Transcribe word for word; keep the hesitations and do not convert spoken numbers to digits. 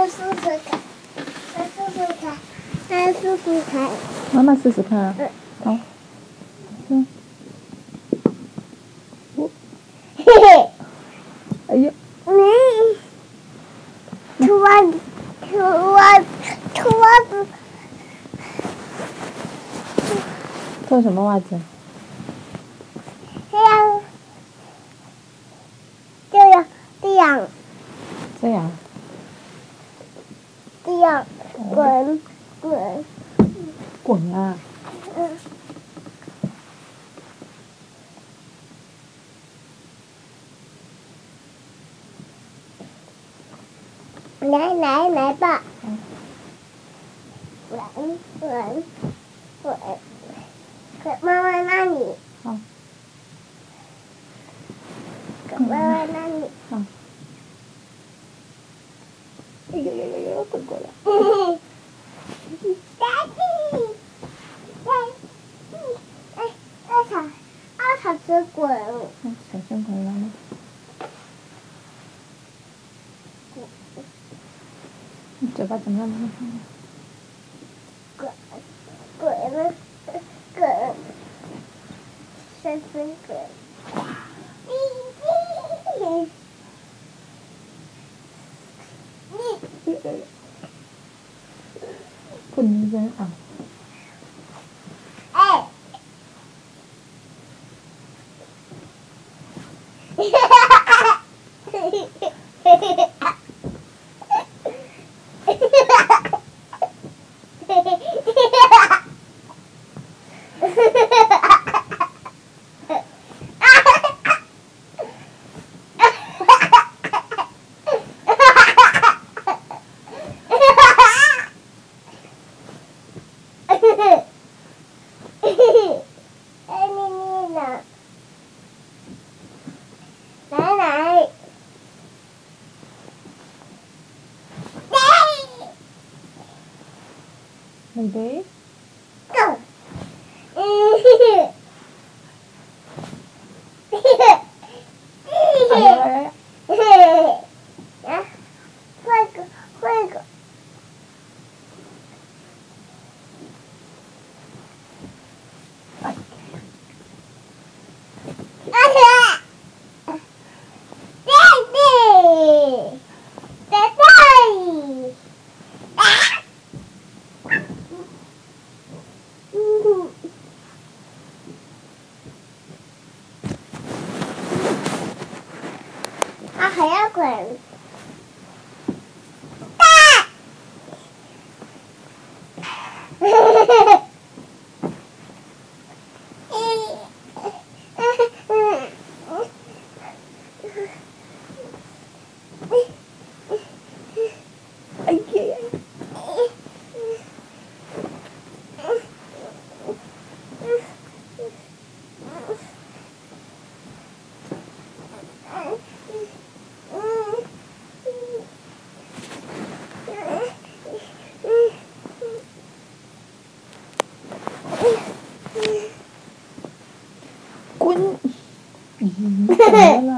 妈试试看，来试试看，来试试看。 妈妈试试看啊。 嗯。 好。嗯。 嘿嘿。 哎呀。 嗯。脱袜子，脱袜子，脱袜子。 脱什么袜子？ 这样，这样，这样。 这样。 这样，滚，滚。 滚啊！ 嗯。来来来吧。 嗯。 滚滚滚，滚妈妈那里。 好。 滚妈妈那里。 好。哎呦呦呦呦，滚过来。 Daddy，Daddy，哎，二草，二草是滚。 嗯，小心滚了吗？你嘴巴怎么那么痛？ 滚，滚，滚，深深滚。你你。 不能扔啊！ 哎。哎，妮妮呢？奶奶。 Baby。 Go。嗯。 哎呀哎呀！ 啊，换个换个。 哎。 啊哈！弟弟，弟弟。啊！嗯。啊，还要滚。大。 哎呀呀！滚！咦，怎么了？